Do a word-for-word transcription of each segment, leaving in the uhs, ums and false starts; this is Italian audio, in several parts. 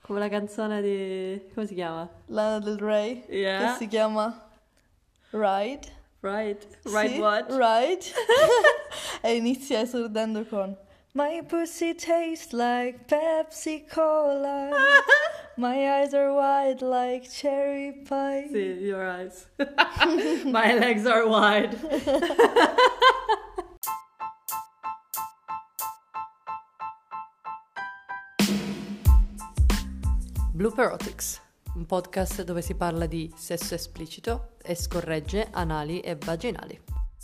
Come la canzone di... come si chiama? Lana Del Rey, Yeah. che si chiama Ride. Right, right Sì, what? Ride. E inizia esordendo con My pussy tastes like Pepsi Cola. My eyes are wide like cherry pie. Sì, your eyes. My legs are wide. Blooperotics, un podcast dove si parla di sesso esplicito e scorregge anali e vaginali.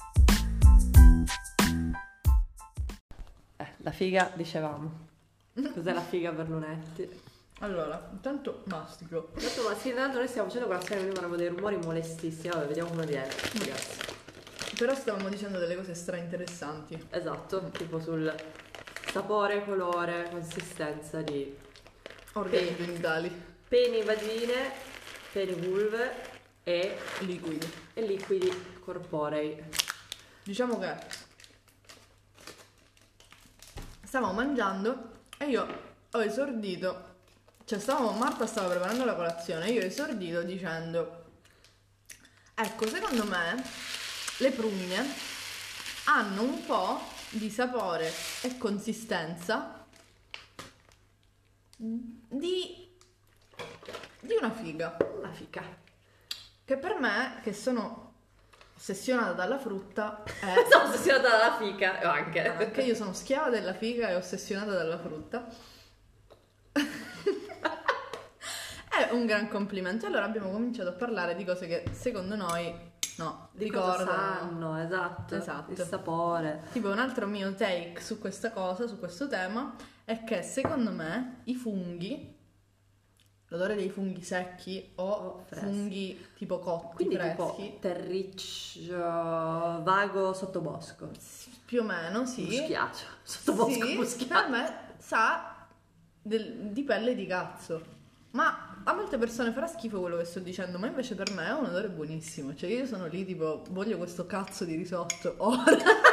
Eh, la figa, dicevamo. Cos'è la figa per Lunetti? Allora, intanto mastico. Tanto, ma sì, tanto noi stiamo facendo colazione, quindi avevamo dei rumori molestissimi. Vabbè, vediamo come viene, ragazzi. Però stavamo dicendo delle cose stra interessanti. Esatto, tipo sul sapore, colore, consistenza di Organi Peni. genitali. peni, vagine, peni, vulve e, Liquidi. e liquidi corporei. Diciamo che stavamo mangiando e io ho esordito, cioè stavamo, Marta stava preparando la colazione e io ho esordito dicendo ecco, secondo me le prugne hanno un po' di sapore e consistenza di, di una figa, La fica. che per me, che sono ossessionata dalla frutta, è Sono ossessionata dalla fica, anche. perché io sono schiava della figa e ossessionata dalla frutta. È un gran complimento. Allora abbiamo cominciato a parlare di cose che secondo noi no, Di cosa ricordano. sanno, esatto. Esatto. Il sapore. Tipo un altro mio take su questa cosa, su questo tema, è che secondo me i funghi, l'odore dei funghi secchi o O freschi. funghi tipo cotti, Quindi freschi, tipo terriccio, vago sottobosco. più o meno, sì. Muschiaccio. Sottobosco Sì, muschiaccio. per me sa del- di pelle di cazzo. Ma a molte persone farà schifo quello che sto dicendo, ma invece per me è un odore buonissimo. Cioè io sono lì tipo, voglio questo cazzo di risotto ora.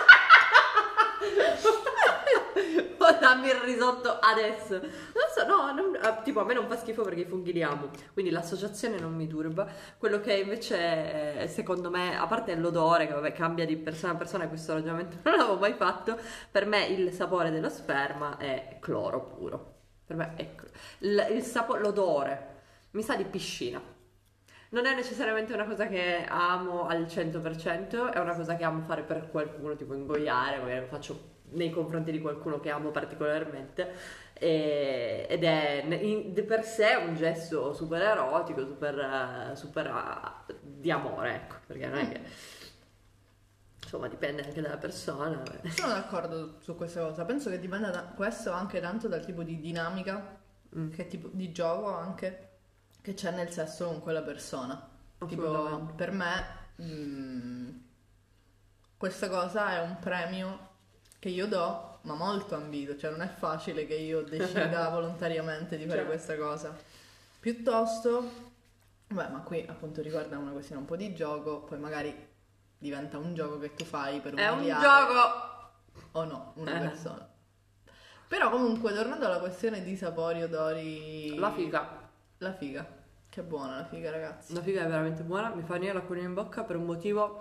Oh, dammi il risotto adesso. Non so, no, non- ah, tipo a me non fa schifo perché i funghi li amo, quindi l'associazione non mi turba. Quello che invece eh, secondo me, a parte l'odore che vabbè cambia di persona a persona, e questo ragionamento non l'avevo mai fatto, per me il sapore dello sperma è cloro puro. Per me è cloro. Il, il sapo- l'odore mi sa di piscina. Non è necessariamente una cosa che amo al cento per cento, è una cosa che amo fare per qualcuno, tipo ingoiare, magari lo faccio nei confronti di qualcuno che amo particolarmente, e- ed è in- di per sé un gesto super erotico, super, eh, super ah, di amore, ecco, perché non è che, insomma, dipende anche dalla persona. Sono d'accordo su questa cosa. Penso che dipenda da questo anche tanto dal tipo di dinamica, Mm. che tipo di gioco anche che c'è nel sesso con quella persona. Tipo, Assolutamente. per me mm, questa cosa è un premio che io do, ma molto ambito, cioè non è facile che io decida volontariamente di fare Certo. questa cosa. Piuttosto, beh, ma qui appunto riguarda una questione un po' di gioco, poi magari diventa un gioco che tu fai per È un umiliare gioco! o no una Eh. persona. Però comunque, tornando alla questione di sapori, odori... La figa. La figa. Che buona la figa, ragazzi. La figa è veramente buona, mi fa venire l'acquolina in bocca per un motivo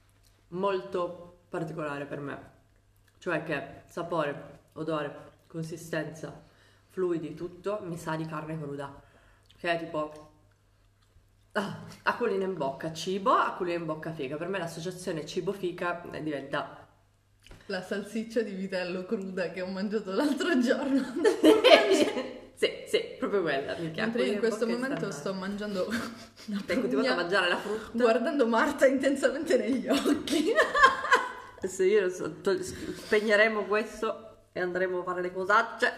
molto particolare per me. Cioè che sapore, odore, consistenza, fluidi, tutto mi sa di carne cruda. Che è tipo ah, acquolina in bocca, cibo, acquolina in bocca, figa. Per me l'associazione cibo-figa eh, diventa La salsiccia di vitello cruda che ho mangiato l'altro giorno. sì, sì, proprio quella. minchia, Mentre io acquolina in questo bocca momento instantane. sto mangiando una Hai continuato a prugna, mangiare la frutta. guardando Marta intensamente negli occhi. Adesso io non so, tol- spegneremo questo e andremo a fare le cosacce.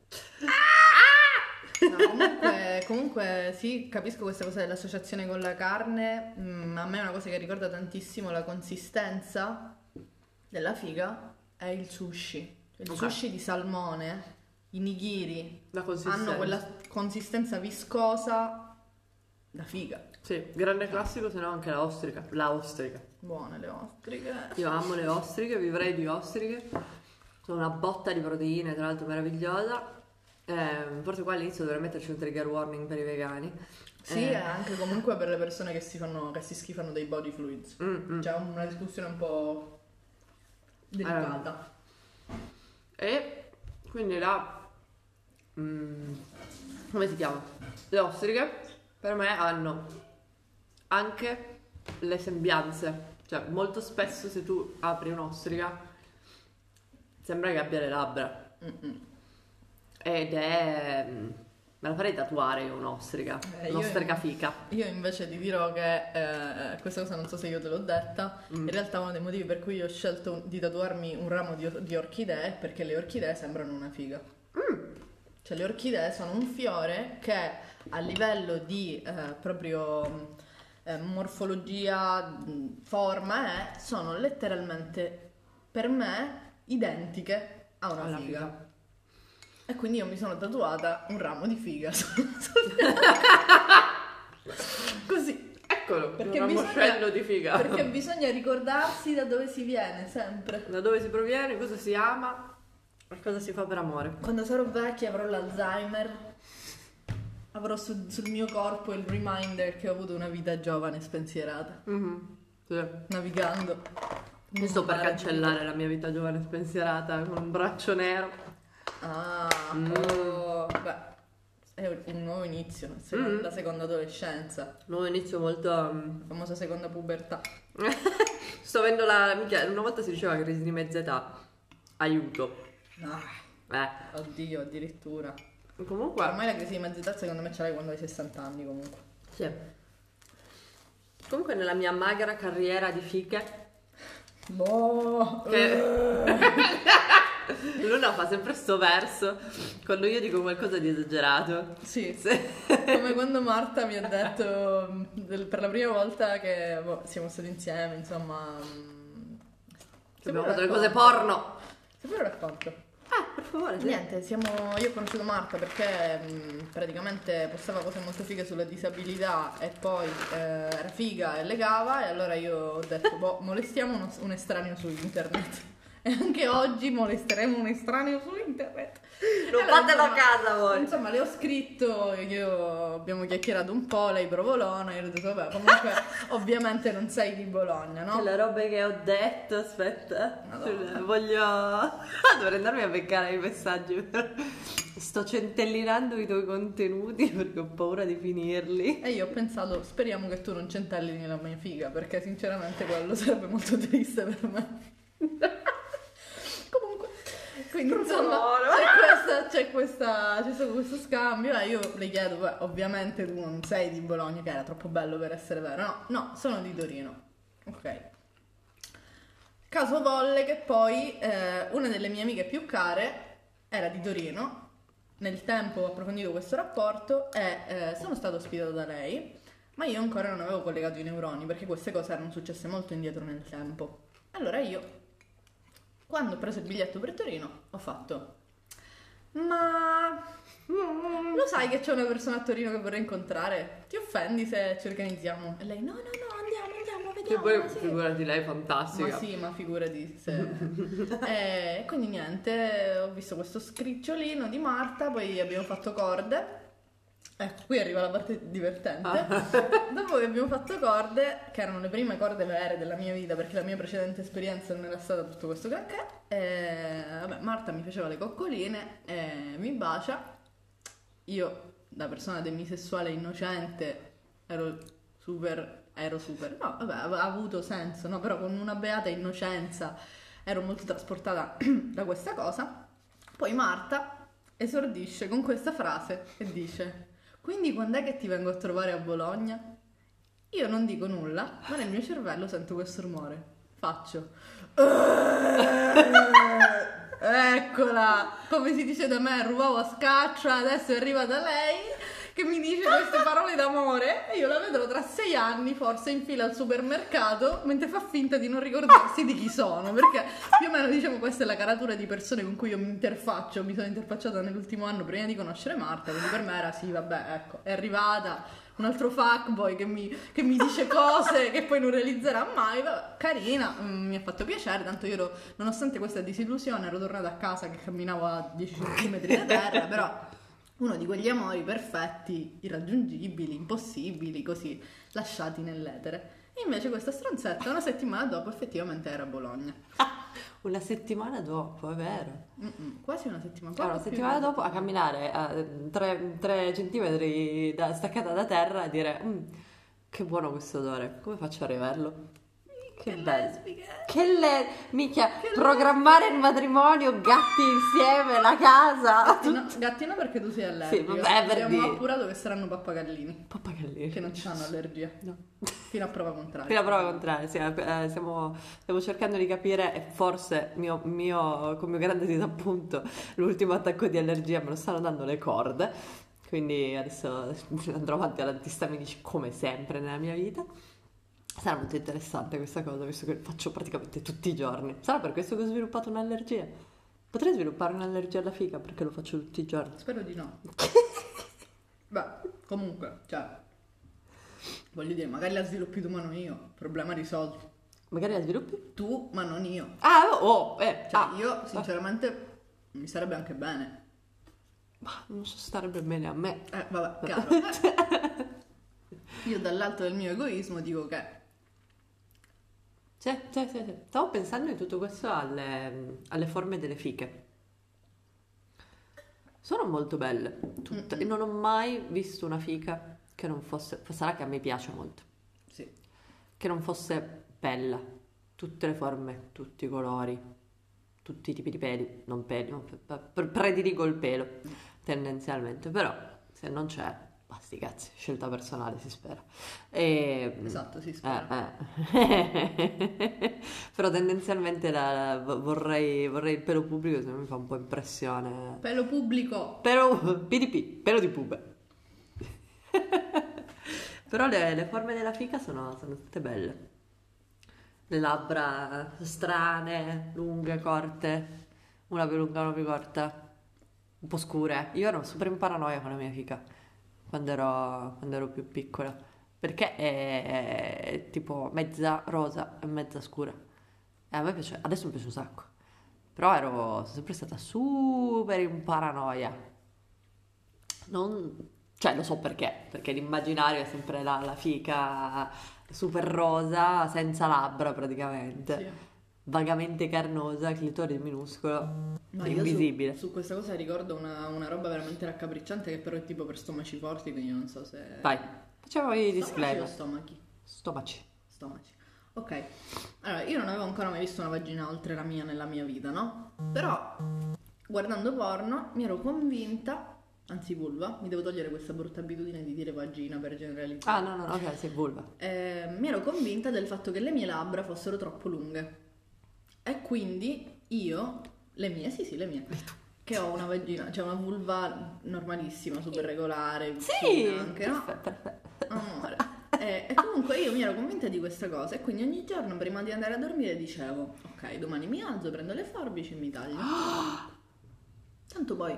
No, comunque, comunque sì, capisco questa cosa dell'associazione con la carne. Mm, a me è una cosa che ricorda tantissimo la consistenza della figa è il sushi. Il Ok. sushi di salmone, i nigiri La consistenza. hanno quella consistenza viscosa da figa. Sì, grande classico, se no anche la ostrica. La ostrica. Buone le ostriche. Io amo le ostriche, vivrei di ostriche. Sono una botta di proteine, tra l'altro meravigliosa. Eh, forse qua all'inizio dovrei metterci un trigger warning per i vegani. Sì, Eh. e anche comunque per le persone che si fanno che si schifano dei body fluids. Mm, mm. C'è una discussione un po' delicata. E quindi la mm, come si chiama? Le ostriche per me hanno anche le sembianze, cioè molto spesso se tu apri un'ostrica sembra che abbia le labbra. Mm-mm. Ed è mm, me la farei tatuare io un'ostrica, Eh, io- un'ostrica fica. Io invece ti dirò che eh, questa cosa non so se io te l'ho detta, Mm. in realtà uno dei motivi per cui io ho scelto di tatuarmi un ramo di, di orchidee è perché le orchidee sembrano una figa. Cioè le orchidee sono un fiore che a livello di eh, proprio eh, morfologia, mh, forma, eh, sono letteralmente per me identiche a una Alla figa. figa. E quindi io mi sono tatuata un ramo di figa sul- sul- così. Eccolo, Perché un bisogna- ramoscello di figa. Perché bisogna ricordarsi da dove si viene sempre. Da dove si proviene, cosa si ama e cosa si fa per amore. Quando sarò vecchia avrò l'Alzheimer, avrò su- sul mio corpo il reminder che ho avuto una vita giovane e spensierata, Mhm, sì. navigando. Io sto per Mare- cancellare la mia vita giovane spensierata con un braccio nero. Ah, Mm. oh, beh, è un nuovo inizio, la seconda, Mm. la seconda adolescenza, Nuovo inizio molto... um, la famosa seconda pubertà. Sto avendo la... minchia, una volta si diceva crisi di mezza età. Aiuto. Ah, Eh. oddio, addirittura. Comunque... Ormai la crisi di mezza età secondo me ce l'hai quando hai sessanta anni comunque. Sì. Comunque nella mia magra carriera di fiche... Boh. Che... Luna fa sempre sto verso quando io dico qualcosa di esagerato. Sì, Se- come quando Marta mi ha detto mm, del- per la prima volta che boh, siamo stati insieme, insomma. mm, Abbiamo sempre fatto le cose racconto. porno. Sempre racconto. Ah, per favore, sì. Niente, siamo, io ho conosciuto Marta perché mh, praticamente postava cose molto fighe sulla disabilità e poi eh, era figa e legava e allora io ho detto, boh, molestiamo uno- un estraneo su internet. E anche oggi molesteremo un estraneo su internet. Non E allora, fatelo a insomma, casa voi. Insomma, le ho scritto, io abbiamo chiacchierato un po', lei provolona, io ho detto, vabbè, comunque ovviamente non sei di Bologna, no? Le robe che ho detto, aspetta. Madonna. Voglio... Dovrei andarmi a beccare i messaggi. Sto centellinando i tuoi contenuti perché ho paura di finirli. E io ho pensato, speriamo che tu non centellini la mia figa, perché sinceramente quello sarebbe molto triste per me. Comunque, quindi Per insomma, favore. c'è, questa, c'è, questa, c'è stato questo scambio e io le chiedo, beh, ovviamente tu non sei di Bologna, che era troppo bello per essere vero, no, no, sono di Torino. Ok. Caso volle che poi eh, una delle mie amiche più care era di Torino, nel tempo ho approfondito questo rapporto e eh, sono stata ospitata da lei, ma io ancora non avevo collegato i neuroni perché queste cose erano successe molto indietro nel tempo. Allora io, quando ho preso il biglietto per Torino, ho fatto, ma lo sai che c'è una persona a Torino che vorrei incontrare? Ti offendi se ci organizziamo? E lei, no, no, no, andiamo, andiamo, Che vediamo. poi sì." figurati lei, fantastica. Ma sì, ma figurati se... E quindi niente, ho visto questo scricciolino di Marta, poi abbiamo fatto corde. Ecco, qui arriva la parte divertente. Dopo che abbiamo fatto corde, che erano le prime corde vere della mia vita, perché la mia precedente esperienza non era stata tutto questo granché, e, vabbè, Marta mi faceva le coccoline e mi bacia. Io, da persona demisessuale innocente, ero super, ero super, no, vabbè, aveva avuto senso, no? Però con una beata innocenza ero molto trasportata da questa cosa. Poi Marta esordisce con questa frase e dice: quindi quando è che ti vengo a trovare a Bologna? Io non dico nulla, ma nel mio cervello sento questo rumore. Faccio eccola, come si dice da me, rubavo a scaccia, adesso è arrivata lei che mi dice queste parole d'amore e io la vedrò tra sei anni forse in fila al supermercato mentre fa finta di non ricordarsi di chi sono, perché più o meno diciamo questa è la caratura di persone con cui io mi interfaccio, mi sono interfacciata nell'ultimo anno prima di conoscere Marta, quindi per me era sì, vabbè, ecco, è arrivata un altro fuckboy che mi, che mi dice cose che poi non realizzerà mai, vabbè, carina, mm, mi ha fatto piacere, tanto io ero, nonostante questa disillusione ero tornata a casa che camminavo a dieci centimetri da terra, però Uno di quegli amori perfetti, irraggiungibili, impossibili, così, lasciati nell'etere. E invece questa stronzetta una settimana dopo effettivamente era a Bologna. Una settimana dopo, è vero. Mm-mm, quasi una settimana Allora, poco una più settimana di- dopo a camminare a tre centimetri da, staccata da terra e dire "Mm, che buono questo odore, come faccio a riverlo? Che Che bello. lesbiche! Che le... Mica, Che programmare il matrimonio, gatti insieme, la casa. Gatti no, gatti no, perché tu sei allergico. Sì, vabbè, per Abbiamo dire. appurato che saranno pappagallini, Pappagallini. che non ci hanno allergia. No. Fino a prova contraria. Fino a prova contraria, sì, eh, stiamo, stiamo cercando di capire e forse mio, mio, con mio grande disappunto l'ultimo attacco di allergia me lo stanno dando le corde, quindi adesso andrò avanti all'antistaminici come sempre nella mia vita. Sarà molto interessante questa cosa, visto che lo faccio praticamente tutti i giorni. Sarà per questo che ho sviluppato un'allergia. Potrei sviluppare un'allergia alla figa perché lo faccio tutti i giorni. Spero di no. Beh, comunque, cioè, voglio dire, magari la sviluppi tu ma non io. Problema risolto. Magari la sviluppi? Tu ma non io. Ah, oh, eh, Cioè, ah, io sinceramente mi sarebbe anche bene. ma non so starebbe bene a me. Eh, vabbè, chiaro. Eh. Io dall'alto del mio egoismo dico che Sì, sì, sì, sì. Stavo pensando in tutto questo alle, alle forme delle fiche. Sono molto belle, tutte. E non ho mai visto una fica che non fosse... Sarà che a me piace molto. sì. Che non fosse bella. Tutte le forme, tutti i colori, tutti i tipi di peli. Non peli, no, pre- prediligo il pelo, tendenzialmente. Però, se non c'è... Basti cazzi, scelta personale si spera. E, Esatto, si spera. eh, eh. Però tendenzialmente la, la- vorrei, vorrei il pelo pubblico, se no mi fa un po' impressione. Pelo pubblico. Pelo P D P, pelo di pube. Però le, le forme della fica sono, sono tutte belle. Le labbra strane, lunghe, corte, una più lunga, una più corta, un po' scure. Io ero super in paranoia con la mia fica quando ero, quando ero più piccola, perché è, è tipo mezza rosa e mezza scura. E a me piace, adesso mi piace un sacco, però ero sono sempre stata super in paranoia. Non, cioè lo so perché, perché l'immaginario è sempre la, la fica super rosa, senza labbra praticamente, Sì. vagamente carnosa, clitoride minuscolo, Ma io invisibile. su, su questa cosa ricordo una, una roba veramente raccapricciante che però è tipo per stomaci forti, quindi non so se... Vai, facciamo i Stomaci o disclaimer. stomachi? Stomaci. Stomaci. Ok. Allora, io non avevo ancora mai visto una vagina oltre la mia nella mia vita, no? Però, guardando porno, mi ero convinta, anzi vulva, mi devo togliere questa brutta abitudine di dire vagina per generalizzare. Ah, no, no, no, ok, sei vulva. Eh, mi ero convinta del fatto che le mie labbra fossero troppo lunghe. E quindi io, le mie, sì sì, le mie, che ho una vagina, cioè una vulva normalissima, super regolare, Sì, fina anche, no? perfetto, perfetto. Amore. E, e comunque io mi ero convinta di questa cosa e quindi ogni giorno prima di andare a dormire dicevo ok, domani mi alzo, prendo le forbici e mi taglio. Tanto poi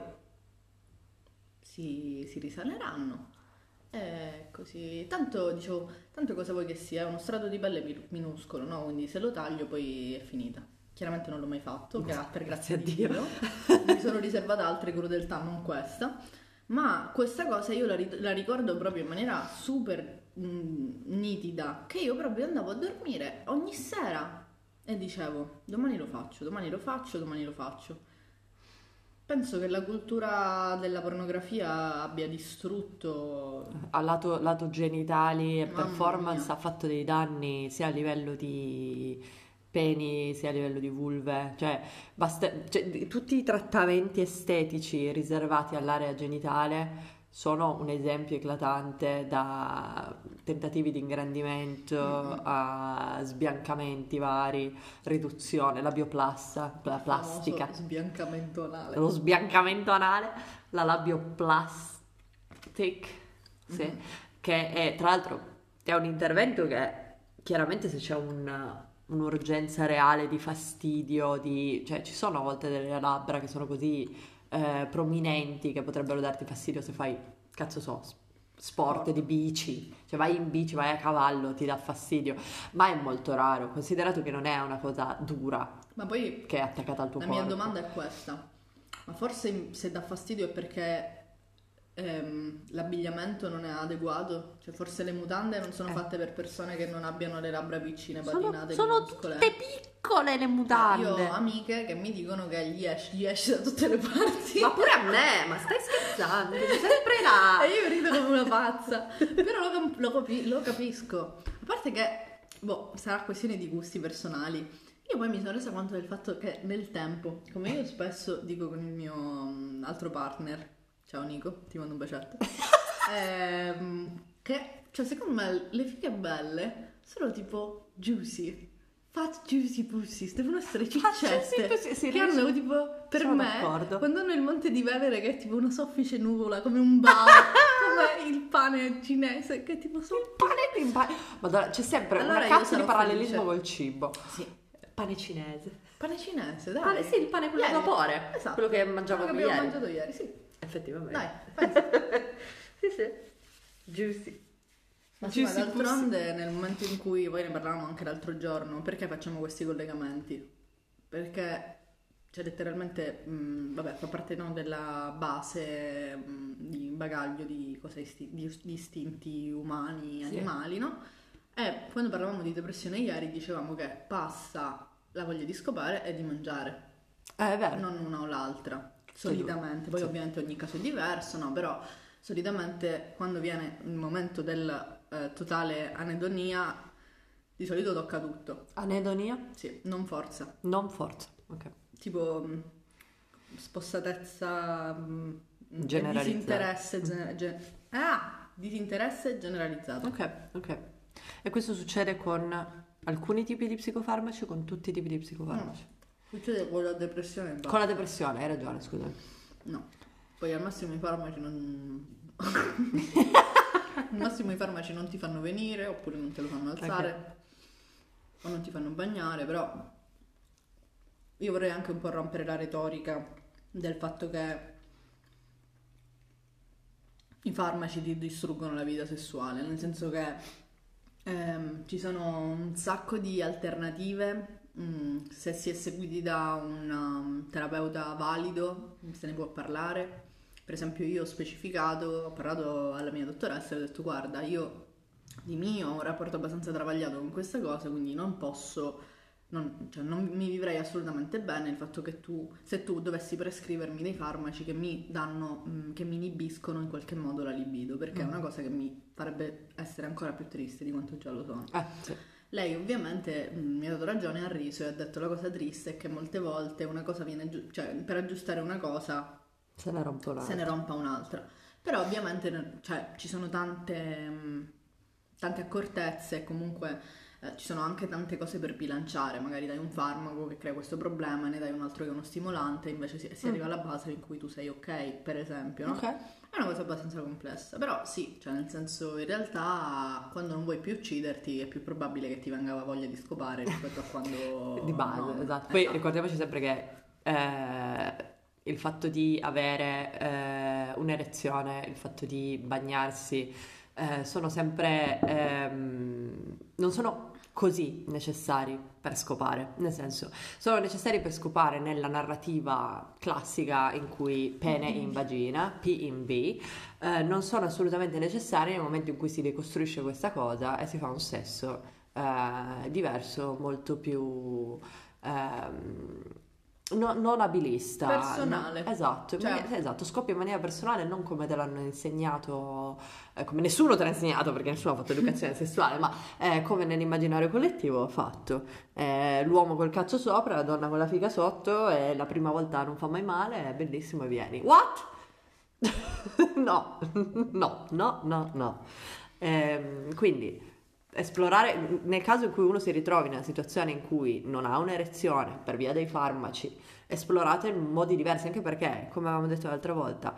si, si risaleranno. E così, tanto dicevo, tanto cosa vuoi che sia? È uno strato di pelle mi- minuscolo, no? Quindi se lo taglio poi è finita. Chiaramente non l'ho mai fatto, gra- per grazia di Dio. Dio. Mi sono riservata altre crudeltà, non questa. Ma questa cosa io la, ri- la ricordo proprio in maniera super mm, nitida, che io proprio andavo a dormire ogni sera e dicevo domani lo faccio, domani lo faccio, domani lo faccio. Penso che la cultura della pornografia abbia distrutto... A lato, lato genitali e Mamma performance mia. ha fatto dei danni sia a livello di peni sia a livello di vulve, cioè, basta, cioè, di- tutti i trattamenti estetici riservati all'area genitale sono un esempio eclatante, da tentativi di ingrandimento Mm-mm. a sbiancamenti vari, riduzione, la bioplassa, la plastica. Famoso sbiancamento anale. Lo sbiancamento anale, la labioplastic, sì, Mhm. che è tra l'altro è un intervento che chiaramente se c'è un- un'urgenza reale di fastidio, di, cioè ci sono a volte delle labbra che sono così eh, prominenti che potrebbero darti fastidio se fai, cazzo so, s- sport di bici, cioè vai in bici, vai a cavallo, ti dà fastidio, ma è molto raro, considerato che non è una cosa dura Ma poi che è attaccata al tuo la corpo. mia domanda è questa. Ma forse se dà fastidio è perché ehm, l'abbigliamento non è adeguato, cioè forse le mutande non sono Eh. fatte per persone che non abbiano le labbra piccine, Sono, patinate, sono minuscole. tutte piccole le mutande. Io ho amiche che mi dicono che gli esce, gli esce da tutte le parti. Ma pure a me, ma stai scherzando? Sei sempre là. E io rido come una pazza. Però lo, cap- lo capi- lo capisco. A parte che, boh, sarà questione di gusti personali. Io poi mi sono resa conto del fatto che nel tempo, come io spesso dico con il mio mm, altro partner, ciao Nico, ti mando un bacetto, ehm, che, cioè, secondo me le fighe belle sono tipo juicy. Fat juicy pussies, devono essere Fat ciccette juicy pussy, sì, che non hanno so- tipo, per sono me, d'accordo. quando hanno il Monte di Venere che è tipo una soffice nuvola, come un bao, come il pane cinese che tipo sono... Pane in pane. Madonna, c'è sempre Allora una io cazzo di sarò parallelismo felice. col cibo. Sì, Pane cinese. pane cinese, dai. Pane, sì, il pane quello a Ieri. vapore. Esatto. Quello che mangiavamo Quello che abbiamo ieri. mangiato ieri, sì. Effettivamente. Dai, pensa. Sì, sì. Giusti. Ma sì, ma Juicy d'altronde nel momento in cui, poi ne parlavamo anche l'altro giorno, perché facciamo questi collegamenti? Perché, cioè letteralmente, mh, vabbè, fa parte no, della base mh, di bagaglio di, cosa isti- di, di istinti umani, Sì. animali, no? E quando parlavamo di depressione ieri dicevamo che passa la voglia di scopare e di mangiare, Eh, è vero. non una o l'altra, solitamente. Poi Sì. ovviamente ogni caso è diverso, no? Però solitamente quando viene il momento del eh, totale anedonia, di solito tocca tutto. Anedonia? Sì, non forza. Non forza. Ok. Tipo mh, spossatezza, mh, e Generalizzata. disinteresse, gener- gen- ah, disinteresse generalizzato. Ok, ok. E questo succede con alcuni tipi di psicofarmaci o con tutti i tipi di psicofarmaci? Succede con la depressione e basta. Con la depressione, hai ragione, scusa. No, poi al massimo i farmaci non... al massimo i farmaci non ti fanno venire, oppure non te lo fanno alzare, o non ti fanno bagnare, però io vorrei anche un po' rompere la retorica del fatto che i farmaci ti distruggono la vita sessuale, nel senso che ehm, ci sono un sacco di alternative. Mm, se si è seguiti da un um, terapeuta valido se ne può parlare. Per esempio io ho specificato, ho parlato alla mia dottoressa e ho detto guarda, io di mio ho un rapporto abbastanza travagliato con questa cosa, quindi non posso, non, cioè non mi vivrei assolutamente bene il fatto che tu, se tu dovessi prescrivermi dei farmaci che mi danno, mm, che mi inibiscono in qualche modo la libido, perché è una cosa che mi farebbe essere ancora più triste di quanto già lo sono. Eh, sì. Lei ovviamente mh, mi ha dato ragione, ha riso e ha detto la cosa triste è che molte volte una cosa viene, giu- cioè per aggiustare una cosa Se ne rompe una. se ne rompa un'altra. Però ovviamente ne- cioè, ci sono tante, mh, tante accortezze e comunque eh, ci sono anche tante cose per bilanciare, magari dai un farmaco che crea questo problema, ne dai un altro che è uno stimolante, invece si, si Mm. arriva alla base in cui tu sei ok, per esempio, no? Ok. È una cosa abbastanza complessa, però sì, cioè nel senso in realtà quando non vuoi più ucciderti è più probabile che ti venga la voglia di scopare rispetto a quando... Di base, no. esatto. Poi Esatto. ricordiamoci sempre che eh, il fatto di avere eh, un'erezione, il fatto di bagnarsi, eh, sono sempre... ehm, non sono così necessari per scopare, nel senso, sono necessari per scopare nella narrativa classica in cui pene in vagina, P in V, eh, non sono assolutamente necessari nel momento in cui si decostruisce questa cosa e si fa un sesso eh, diverso, molto più ehm, no- non abilista. Personale. no? Esatto, in Cioè- maniera- esatto, scoppia in maniera personale, non come te l'hanno insegnato, eh, come nessuno te l'ha insegnato perché nessuno ha fatto educazione sessuale, ma eh, come nell'immaginario collettivo fatto. Eh, l'uomo col cazzo sopra, la donna con la figa sotto e la prima volta non fa mai male, è bellissimo e vieni. What? No, no, no, no, no. Ehm, quindi esplorare, nel caso in cui uno si ritrovi in una situazione in cui non ha un'erezione per via dei farmaci, esplorate in modi diversi, anche perché, come avevamo detto l'altra volta,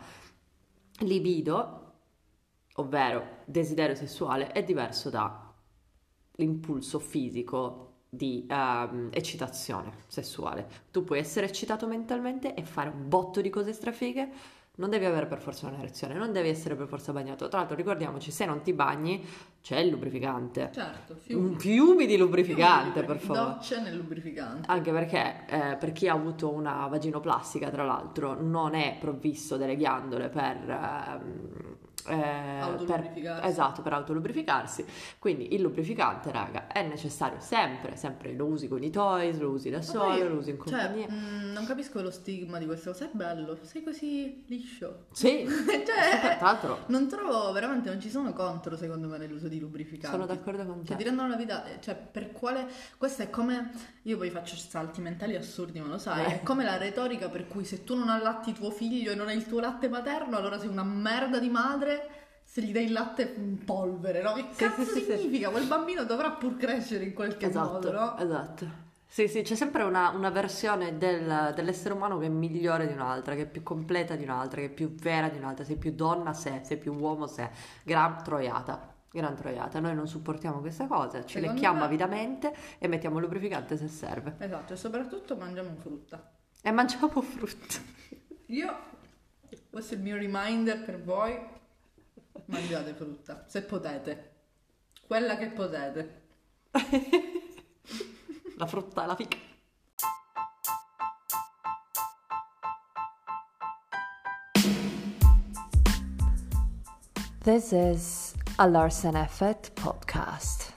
libido, ovvero desiderio sessuale, è diverso da l'impulso fisico di ehm, eccitazione sessuale. Tu puoi essere eccitato mentalmente e fare un botto di cose strafighe Non devi avere per forza un'erezione, non devi essere per forza bagnato. Tra l'altro ricordiamoci, se non ti bagni c'è il lubrificante. Certo, fiumi. Un fiumi di lubrificante, Fiumi per di favore. docce nel lubrificante. Anche perché eh, per chi ha avuto una vaginoplastica, tra l'altro, non è provvisto delle ghiandole per... ehm, eh, Autolubrificarsi. per, esatto, per autolubrificarsi. Quindi il lubrificante, raga, è necessario sempre, sempre lo usi con i toys, lo usi da solo, poi, lo usi in Cioè, compagnia. mh, non capisco lo stigma di questa cosa, è bello, sei così liscio. Sì, Cioè, tra l'altro non trovo, veramente, non ci sono contro secondo me nell'uso di lubrificanti. sono d'accordo con te. Cioè, ti rendono la vita, cioè, per quale... Questo è come... Io poi faccio salti mentali assurdi, ma lo sai, Eh. è come la retorica per cui se tu non allatti tuo figlio e non hai il tuo latte materno, allora sei una merda di madre se gli dai il latte in polvere, no? Che Sì, cazzo sì, sì, sì. significa? Quel bambino dovrà pur crescere in qualche Esatto, modo, no? esatto. Sì, sì, c'è sempre una, una versione del- dell'essere umano che è migliore di un'altra, che è più completa di un'altra, che è più vera di un'altra, sei più donna se, sei più uomo se, gran troiata. Gran troiata, noi non supportiamo questa cosa, ci Secondo lecchiamo me- avidamente e mettiamo lubrificante se serve. Esatto, e soprattutto mangiamo frutta. E mangiamo frutta. Io, questo è il mio reminder per voi, mangiate frutta, se potete. Quella che potete. La frutta e la fica. This is a Larsen Effect podcast.